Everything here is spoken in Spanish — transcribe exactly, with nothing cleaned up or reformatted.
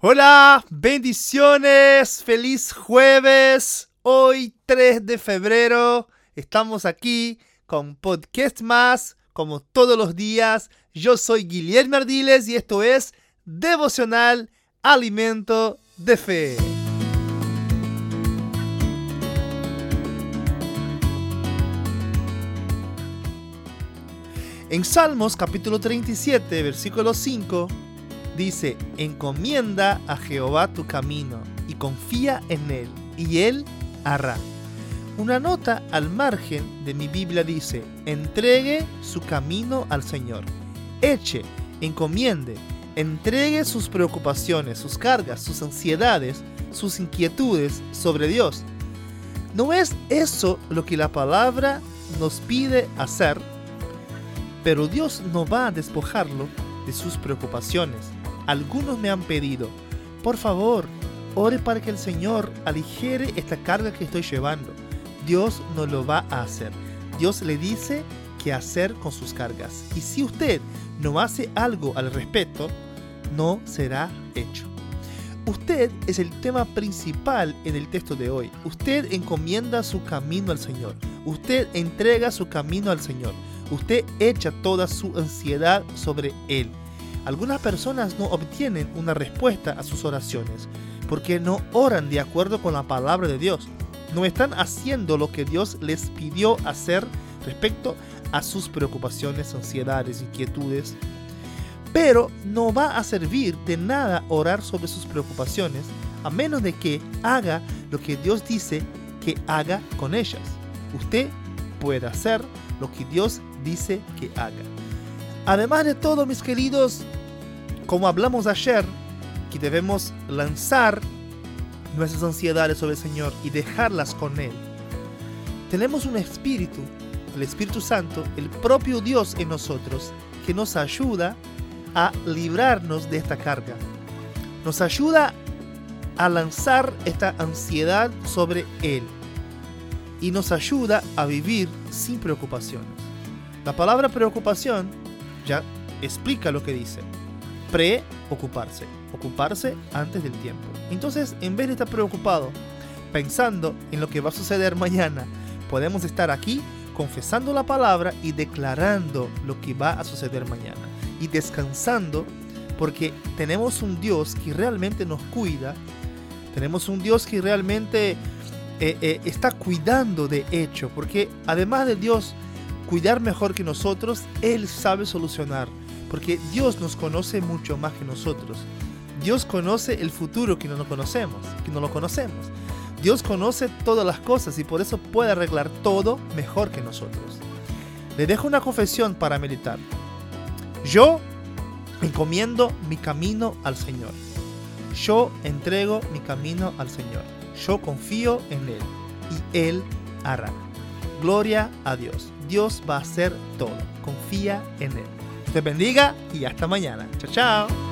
Hola, bendiciones, feliz jueves. Hoy tres de febrero estamos aquí con Podcast Más, como todos los días. Yo soy Guillermo Ardiles y esto es Devocional Alimento de Fe. En Salmos capítulo treinta y siete, versículo cinco, dice: encomienda a Jehová tu camino y confía en Él, y Él hará. Una nota al margen de mi Biblia dice: entregue su camino al Señor. Eche, encomiende, entregue sus preocupaciones, sus cargas, sus ansiedades, sus inquietudes sobre Dios. ¿No es eso lo que la palabra nos pide hacer? Pero Dios no va a despojarlo de sus preocupaciones. Algunos me han pedido: por favor, ore para que el Señor aligere esta carga que estoy llevando. Dios no lo va a hacer. Dios le dice qué hacer con sus cargas. Y si usted no hace algo al respecto, no será hecho. Usted es el tema principal en el texto de hoy. Usted encomienda su camino al Señor. Usted entrega su camino al Señor. Usted echa toda su ansiedad sobre Él. Algunas personas no obtienen una respuesta a sus oraciones porque no oran de acuerdo con la palabra de Dios. No están haciendo lo que Dios les pidió hacer respecto a sus preocupaciones, ansiedades, inquietudes. Pero no va a servir de nada orar sobre sus preocupaciones a menos de que haga lo que Dios dice que haga con ellas. Usted puede hacer lo que Dios dice que haga. Además de todo, mis queridos, como hablamos ayer, que debemos lanzar nuestras ansiedades sobre el Señor y dejarlas con Él. Tenemos un espíritu, el Espíritu Santo, el propio Dios en nosotros, que nos ayuda a librarnos de esta carga. Nos ayuda a lanzar esta ansiedad sobre Él y nos ayuda a vivir sin preocupaciones. La palabra preocupación ya explica lo que dice: preocuparse, ocuparse antes del tiempo. Entonces, en vez de estar preocupado pensando en lo que va a suceder mañana, podemos estar aquí confesando la palabra y declarando lo que va a suceder mañana, y descansando porque tenemos un Dios que realmente nos cuida. Tenemos un Dios que realmente eh, eh, está cuidando de hecho, porque además de Dios cuidar mejor que nosotros, Él sabe solucionar, porque Dios nos conoce mucho más que nosotros. Dios conoce el futuro que no lo conocemos, que no lo conocemos. Dios conoce todas las cosas y por eso puede arreglar todo mejor que nosotros. Le dejo una confesión para meditar. Yo encomiendo mi camino al Señor. Yo entrego mi camino al Señor. Yo confío en Él y Él hará. Gloria a Dios. Dios va a hacer todo. Confía en Él. Te bendiga y hasta mañana. Chao, chao.